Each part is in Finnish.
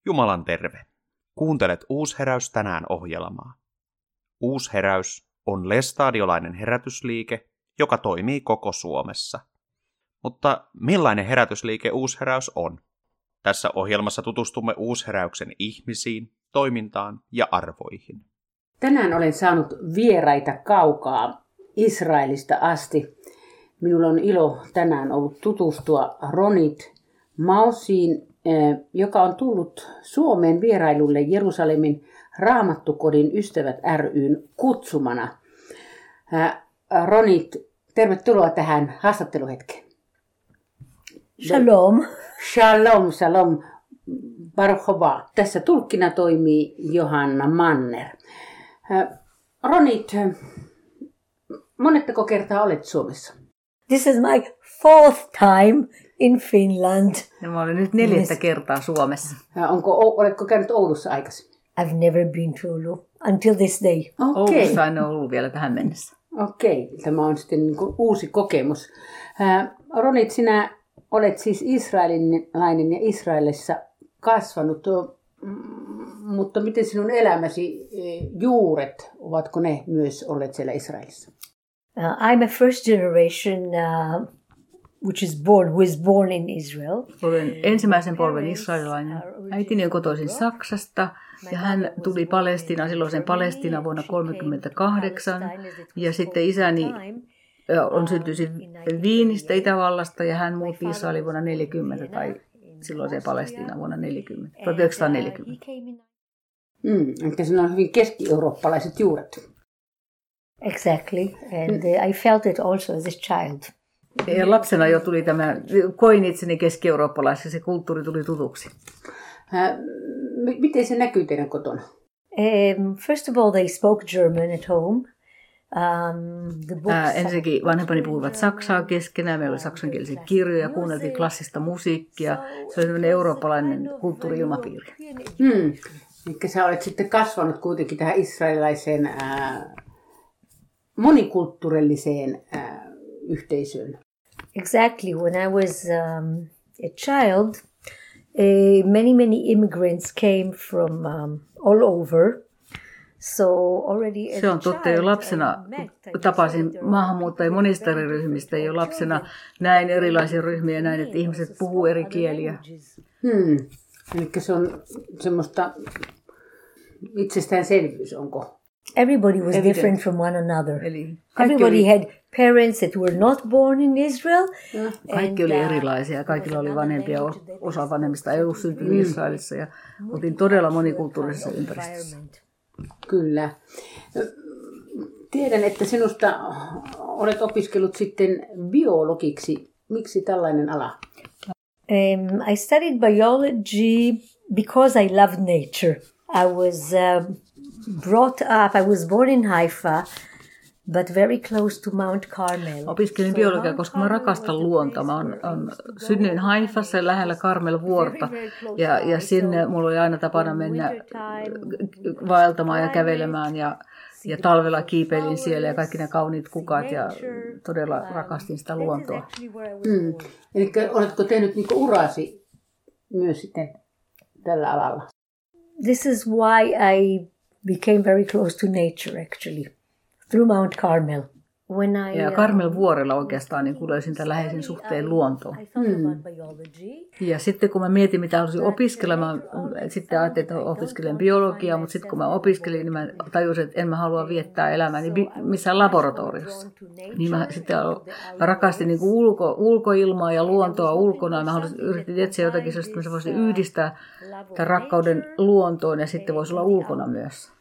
Jumalan terve. Kuuntelet Uusheräys tänään -ohjelmaa. Uusheräys on lestadiolainen herätysliike, joka toimii koko Suomessa. Mutta millainen herätysliike Uusheräys on? Tässä ohjelmassa tutustumme Uusheräyksen ihmisiin, toimintaan ja arvoihin. Tänään olen saanut vieraita kaukaa Israelista asti. Minulla on ilo tänään ollut tutustua Ronit Mausiin, joka on tullut Suomeen vierailulle Jerusalemin Raamattukodin Ystävät ryn kutsumana. Ronit, tervetuloa tähän haastatteluhetkeen. Shalom. Shalom, shalom. Baruch haba. Tässä tulkkina toimii Johanna Manner. Ronit, monettako kertaa olet Suomessa? This is my 4th time in Finland. Ja mä olen nyt 4. kertaa Suomessa. Oletko käynyt Oulussa aikaisemmin? I've never been to Oulu until this day. Oulussa en ole ollut vielä tähän mennessä. Okei, tämä on sitten niin kuin uusi kokemus. Ronit, sinä olet siis israelilainen ja Israelissa kasvanut, mutta miten sinun elämäsi juuret, ovatko ne myös olleet siellä Israelissa? I'm a first generation who is born in Israel. Olen ensimmäisen polven israelilainen. Äitini on kotoisin Saksasta ja hän tuli Palestiinaan, silloisen Palestiinaan vuonna 1938. Ja sitten isäni on syntyisin Viinistä, Itävallasta, ja hän muutti Israeliin vuonna 1940 tai silloiseen Palestiinaan vuonna 1940. Eli sinulla on hyvin keski-eurooppalaiset juuret. Exactly, and I felt it also as a child. Ja lapsena jo tuli koin itseni keski-eurooppalaiseksi, se kulttuuri tuli tutuksi. Miten se näkyy teidän kotona? First of all, they spoke German at home. Ensinnäkin vanhempani puhuivat saksaa keskenään, meillä oli saksankielisiä kirjoja, kuunneltiin klassista musiikkia. Se oli sellainen eurooppalainen kulttuuri-ilmapiiri. Eli sä olet sitten kasvanut kuitenkin tähän israelilaiseen monikulttuurilliseen yhteisöön. Exactly. When I was a child, many immigrants came from all over. Se on totta, jo lapsena tapasin maahanmuuttajia monista eri ryhmistä. Jo lapsena näin erilaisia ryhmiä ja näin, että ihmiset puhuu eri kieliä. Eli se on semmoista itsestäänselvyys, onko? Everybody was different from one another. Everybody had parents that were not born in Israel. Kaikki oli erilaisia. Kaikilla oli vanhempia. Osa vanhemmista ei ollut syntynyt Israelissa. Ja oltiin todella monikulttuurisessa ympäristössä. Kyllä. Tiedän, että sinusta olet opiskellut sitten biologiksi. Miksi tällainen ala? I studied biology because I loved nature. I was I was born in Haifa, but very close to Mount Carmel. Opiskelin biologiaa, koska mä rakastan luontoa. Mä synnyin Haifassa lähellä Karmelvuorta ja sinne mulla oli aina tapana mennä vaeltamaan ja kävelemään ja talvella kiipeilin siellä ja kaikki ne kauniit kukat ja todella rakastin sitä luontoa. Eli oletko tehnyt niinku urasi myös sitten tällä alalla? This is why I became very close to nature actually, through Mount Carmel. Ja Karmelvuorella oikeastaan niin löysin tämän läheisen suhteen luontoon. Ja sitten kun mä mietin, mitä haluaisin opiskella, mä sitten ajattelin, että opiskelen biologiaa, mutta sitten kun mä opiskelin, niin mä tajusin, että en mä halua viettää elämääni missään laboratoriossa. Niin mä rakastin niin kuin ulkoilmaa ja luontoa ulkona. Mä yritin etsiä jotakin sellaista, että mä voisin yhdistää tämän rakkauden luontoon ja sitten voisi olla ulkona myös.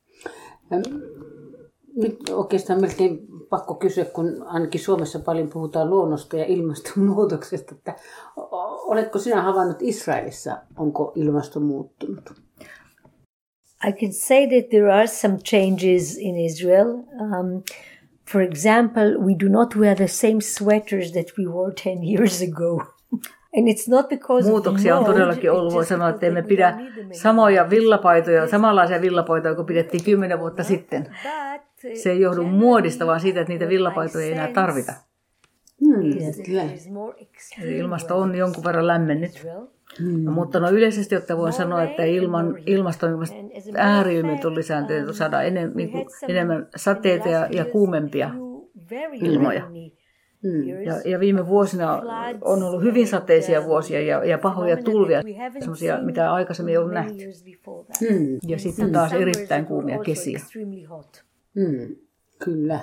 Nyt oikeastaan melkein pakko kysyä, kun ainakin Suomessa paljon puhutaan luonnosta ja ilmastonmuutoksesta, että oletko sinä havainnut Israelissa, onko ilmasto muuttunut? I can say that there are some changes in Israel. For example, we do not wear the same sweaters that we wore 10 years ago. And it's not because muutoksia on todellakin ollut. Voi sanoa, että emme pidä samanlaisia villapaitoja kuin pidettiin 10 vuotta sitten. Se ei johdu muodista, vaan siitä, että niitä villapaitoja ei enää tarvita. Ilmasto on jonkun verran lämmennyt. Mutta no yleisesti ottaen voin sanoa, että ilmaston ääri-ilmiöt on lisääntyneet, että saadaan enemmän sateita ja kuumempia ilmoja. Ja viime vuosina on ollut hyvin sateisia vuosia ja pahoja tulvia, sellaisia, mitä aikaisemmin ei ollut nähty. Ja sitten taas erittäin kuumia kesiä. Kyllä.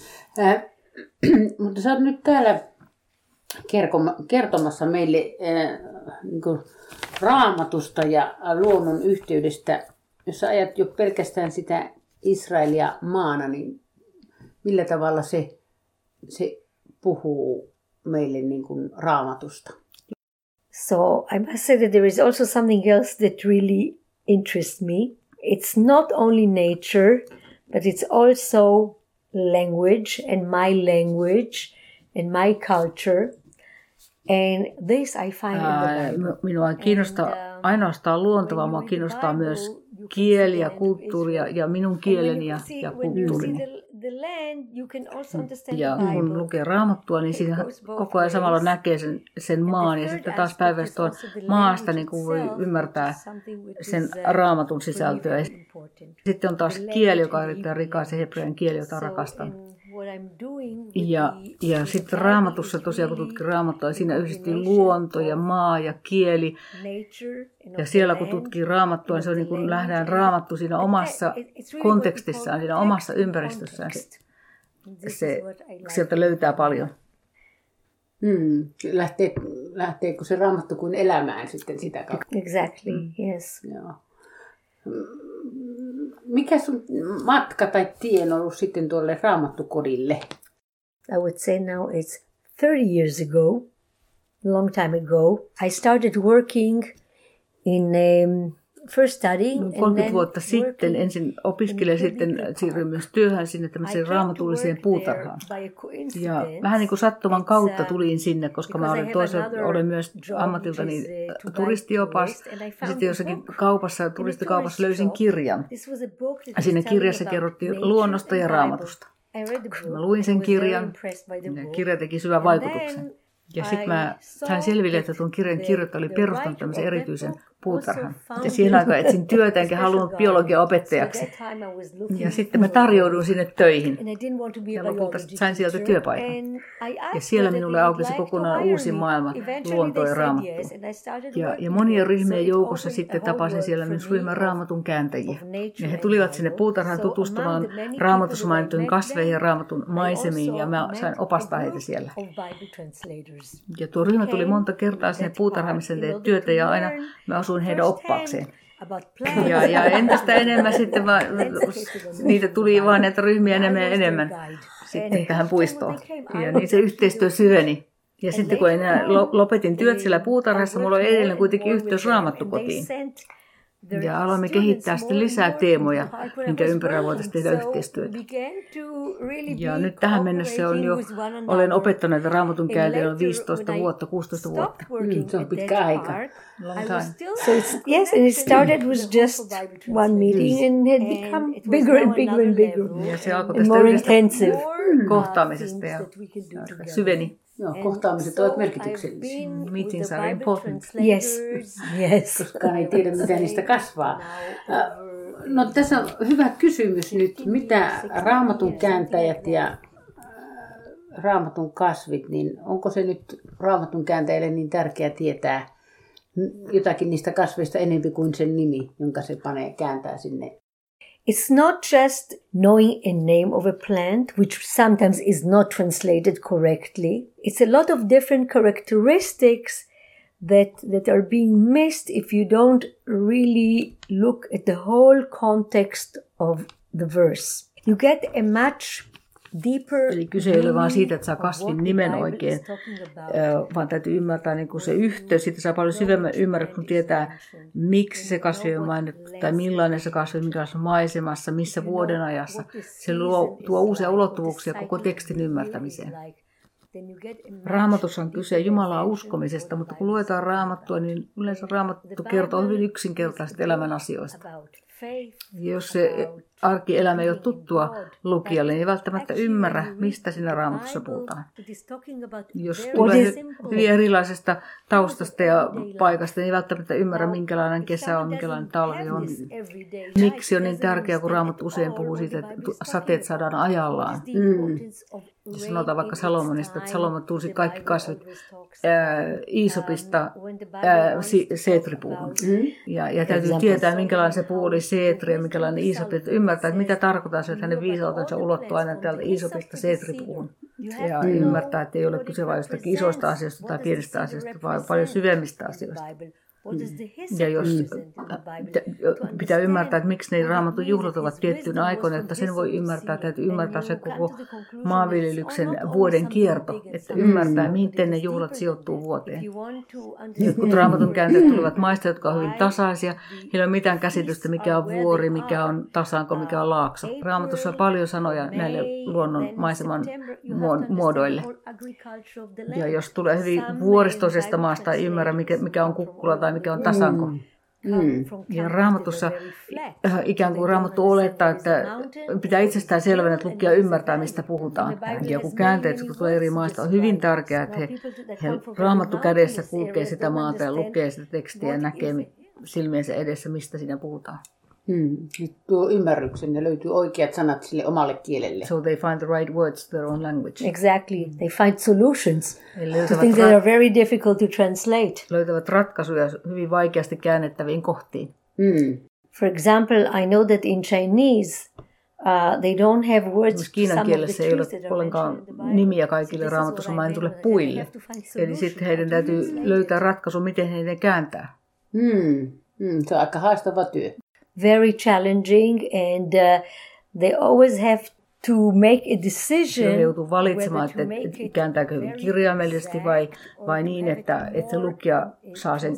Mutta sä oot nyt täällä kertomassa meille niin kuin Raamatusta ja luonnon yhteydestä. Jos sä ajat jo pelkästään sitä Israelia maana, niin millä tavalla se puhuu meille niin kuin Raamatusta? So I must say that there is also something else that really interests me. It's not only nature, but it's also language and my language and my culture. And this I find in the Bible. Minua kiinnostaa ainoastaan luonto, vaan minua kiinnostaa myös kieli ja kulttuuri ja minun kieleni ja kulttuurini. Ja kun lukee Raamattua, niin siinä koko ajan samalla näkee sen maan ja sitten taas päivästä tuon maasta niin kuin voi ymmärtää sen Raamatun sisältöä. Sitten on taas kieli, joka on erittäin rikas, se hebrean kieli, jota rakastan. Ja sitten Raamatussa tosiaan, kun tutkin Raamattua, siinä yhdistettiin luonto ja maa ja kieli. Ja siellä kun tutkii Raamattua, niin se on niin kuin nähdään Raamattu siinä omassa kontekstissaan, siinä omassa ympäristössään. Sieltä löytää paljon. Lähteekö se Raamattu kuin elämään sitten sitä kautta? Exactly, yes. Joo. Mikä sun matka tai tie on ollut sitten tuolle Raamattukodille? I would say now it's 30 years ago, a long time ago. I started working in first studying. 30 vuotta sitten ensin opiskelin ja sitten siirryin myös työhön sinne tämmöiseen raamatulliseen puutarhaan. Ja vähän niin kuin sattuman kautta tulin sinne, koska mä olen myös ammatiltani turistiopas. Ja sitten jossakin turistikaupassa löysin kirjan. Ja siinä kirjassa kerrottiin luonnosta ja Raamatusta. Mä luin sen kirjan ja kirja teki syvän vaikutuksen. Ja sitten mä sain selville, että tuon kirjan kirjoittaja oli perustanut tämmöisen erityisen puutarhan. Ja siihen aikaan etsin työtä, enkä halunnut biologian opettajaksi. Ja sitten mä tarjouduin sinne töihin. Ja lopulta sain sieltä työpaikan. Ja siellä minulle aukesi kokonaan uusi maailma luontoon ja raamattuun. Ja monien ryhmien joukossa sitten tapasin siellä myös ryhmän raamatun kääntäjiä. Ja he tulivat sinne puutarhaan tutustumaan raamatussa mainittuihin kasveihin ja raamatun maisemiin. Ja mä sain opastaa heitä siellä. Ja tuo ryhmä tuli monta kertaa sinne puutarhaan, missä teet työtä, ja aina mä asuin heidän oppaakseen. Ja entistä enemmän sitten niitä tuli vaan näitä ryhmiä enemmän sitten tähän puistoon. Ja niin se yhteistyö syveni. Ja sitten kun enää lopetin työt siellä puutarhassa, mulla oli edelleen kuitenkin yhteys Raamattukotiin. Ja aloimme kehittää sitten lisää teemoja, minkä ympärillä voitaisiin tehdä yhteistyötä. Ja nyt tähän mennessä olen opettanut Raamatun kääntäjä 15 vuotta, 16 vuotta. Se on pitkä aika. So yes, and it started with just one meeting and had become bigger and bigger and bigger. Ja se alkoi tästä yhdestä kohtaamisesta ja syveni. Joo, kohtaamiset ovat merkityksellisiä. Meetings are important. Yes. Koskaan ei tiedä, mitä niistä kasvaa. No tässä on hyvä kysymys nyt. Mitä Raamatun kääntäjät ja Raamatun kasvit, niin onko se nyt Raamatun kääntäjille niin tärkeää tietää jotakin niistä kasveista enemmän kuin sen nimi, jonka se kääntää sinne? It's not just knowing a name of a plant, which sometimes is not translated correctly. It's a lot of different characteristics that are being missed if you don't really look at the whole context of the verse. You get a much deeper. Eli kyse ei ole vaan siitä, että saa kasvin nimen oikein, vaan täytyy ymmärtää niin kuin se yhteys. Siitä saa paljon syvemmän ymmärryksen, kun tietää, miksi se kasvi on mainittu, tai millainen se kasvi, minkälaisessa maisemassa, missä vuodenajassa. Se tuo uusia ulottuvuuksia koko tekstin ymmärtämiseen. Raamatussa on kyse Jumalaa uskomisesta, mutta kun luetaan Raamattua, niin yleensä Raamattu kertoo hyvin yksinkertaisista elämän asioista. Jos se arkielämä ei ole tuttua lukijalle, niin ei välttämättä ymmärrä, mistä siinä Raamatussa puhutaan. Jos tulee hyvin erilaisesta taustasta ja paikasta, niin ei välttämättä ymmärrä, minkälainen kesä on, minkälainen talvi on. Miksi on niin tärkeää, kun Raamattu usein puhuu siitä, että sateet saadaan ajallaan. Ja sanotaan vaikka Salomonista, että Salomon tunsi kaikki kasvit Iisopista seetripuuhun. Ja täytyy tietää, minkälainen se puu oli seetri ja minkälainen Iisopi, että ymmärtää, että mitä tarkoittaa se, että hänen viisautensa ulottuu aina täältä Iisopista seetripuuhun. Ja ymmärtää, että ei ole kyse vain jostakin isoista asioista tai pienistä asioista, vaan paljon syvemmistä asioista. Ja jos pitää ymmärtää, että miksi ne Raamatun juhlat ovat tiettyinä aikoina, että sen voi ymmärtää, täytyy ymmärtää se koko maanviljelyksen vuoden kierto, että ymmärtää, miten ne juhlat sijoittuu vuoteen. Jotkut Raamatun käänteet tulevat maista, jotka ovat hyvin tasaisia, heillä ei ole mitään käsitystä, mikä on vuori, mikä on tasanko, mikä on laakso. Raamatussa on paljon sanoja näille luonnon maiseman muodoille. Ja jos tulee hyvin vuoristoisesta maasta, ei ymmärrä, mikä on kukkula tai mikä on tasanko. Ja Raamatussa ikään kuin Raamattu olettaa, että pitää itsestään selvänä, että lukija ymmärtää, mistä puhutaan. Ja kun käänteet, kun tulee eri maista, on hyvin tärkeää, että he Raamattu kädessä kulkee sitä maata ja lukee sitä tekstiä ja näkee silmiensä edessä, mistä siinä puhutaan. Nyt tuo ymmärryksen ja löytyy oikeat sanat sille omalle kielelle. So they find the right words to their own language. Exactly. They find solutions to things that are very difficult to translate. Löytävät ratkaisuja hyvin vaikeasti käännettäviin kohtiin. For example, I know that in Chinese they don't have words. Kiinan kielessä ei ole ollenkaan nimiä kaikille Raamatussa mainituille puille. Eli sitten heidän täytyy löytää ratkaisu, miten heidän kääntää. Se on aika haastava työ. Very challenging, and they always have to make a decision. He joutuu valitsemaan, että kääntääkö hyvin kirjaimellisesti vai niin, että lukija saa sen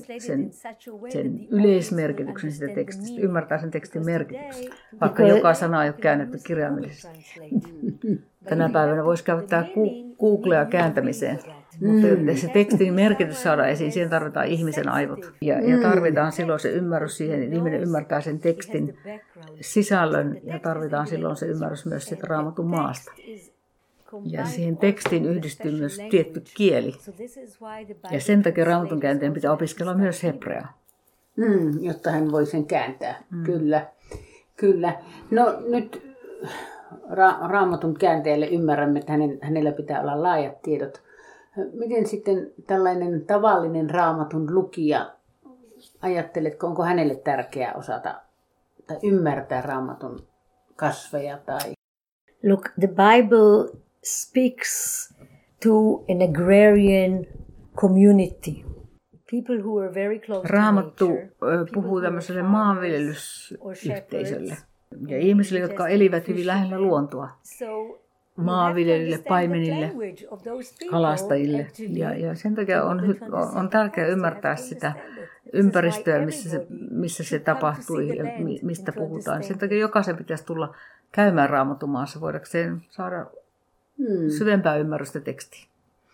yleismerkityksen sitä tekstistä, ymmärtää sen tekstin merkityksen, vaikka joka sana ei ole käännetty kirjaimellisesti. Tänä päivänä voisi käyttää Googlea kääntämiseen. Mutta jotta se tekstin merkitys saadaan esiin, siihen tarvitaan ihmisen aivot. Ja tarvitaan silloin se ymmärrys siihen, että ihminen ymmärtää sen tekstin sisällön, ja tarvitaan silloin se ymmärrys myös siitä Raamatun maasta. Ja siihen tekstiin yhdistyy myös tietty kieli. Ja sen takia Raamatun käänteen pitää opiskella myös hebreaa. Jotta hän voi sen kääntää. Kyllä. No nyt Raamatun käänteelle ymmärrämme, että hänellä pitää olla laajat tiedot. Miten sitten tällainen tavallinen Raamatun lukija, ajatteletko, onko hänelle tärkeää osata tai ymmärtää Raamatun kasveja? Tai... Look, the Bible speaks to an agrarian community. People who are very close Raamattu to nature, puhuu tämmöiselle maanviljelysyhteisölle ja ihmisille, jotka elivät hyvin lähellä luontoa. Maanviljelijöille, paimenille, kalastajille. Ja sen takia on tärkeää ymmärtää sitä ympäristöä, missä se tapahtui ja mistä puhutaan. Sen takia jokaisen pitäisi tulla käymään Raamatun maassa, voidakseen saada syvempää ymmärrystä tekstiin.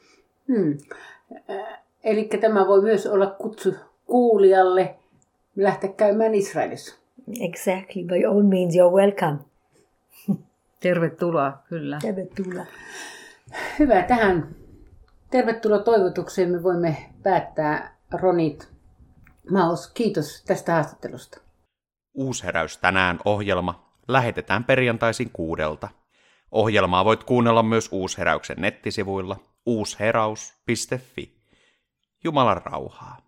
Eli tämä voi myös olla kutsu kuulijalle lähteä käymään Israelissa. Exactly, by all means you're welcome. Tervetuloa, kyllä. Tervetuloa. Hyvä, tähän tervetuloa toivotukseen me voimme päättää. Ronit Maus, kiitos tästä haastattelusta. Uusheräys tänään -ohjelma lähetetään perjantaisin 6. Ohjelmaa voit kuunnella myös Uusheräyksen nettisivuilla uusheraus.fi. Jumalan rauhaa.